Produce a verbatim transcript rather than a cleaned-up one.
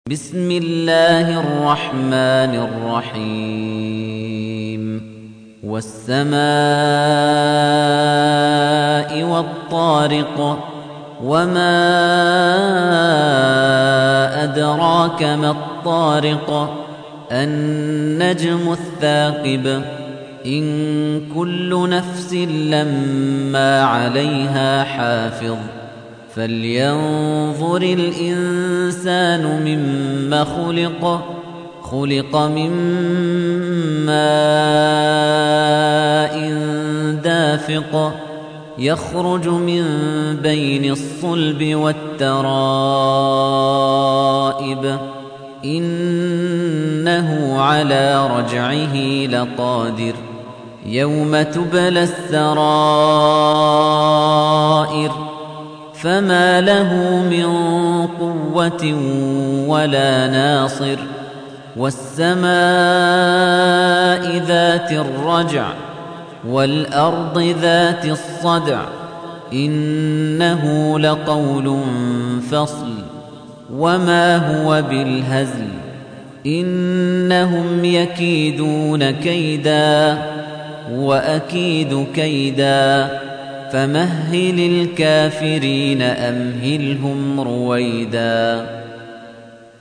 بسم الله الرحمن الرحيم والسماء والطارق وما أدراك ما الطارق النجم الثاقب إن كل نفس لما عليها حافظ فلينظر الإنسان مما خلق خلق من ماء دافق يخرج من بين الصلب والترائب إنه على رجعه لقادر يوم تبلى السرائر فما له من قوة ولا ناصر والسماء ذات الرجع والأرض ذات الصدع إنه لقول فصل وما هو بالهزل إنهم يكيدون كيدا وأكيد كيدا فمهل الكافرين أمهلهم رويدا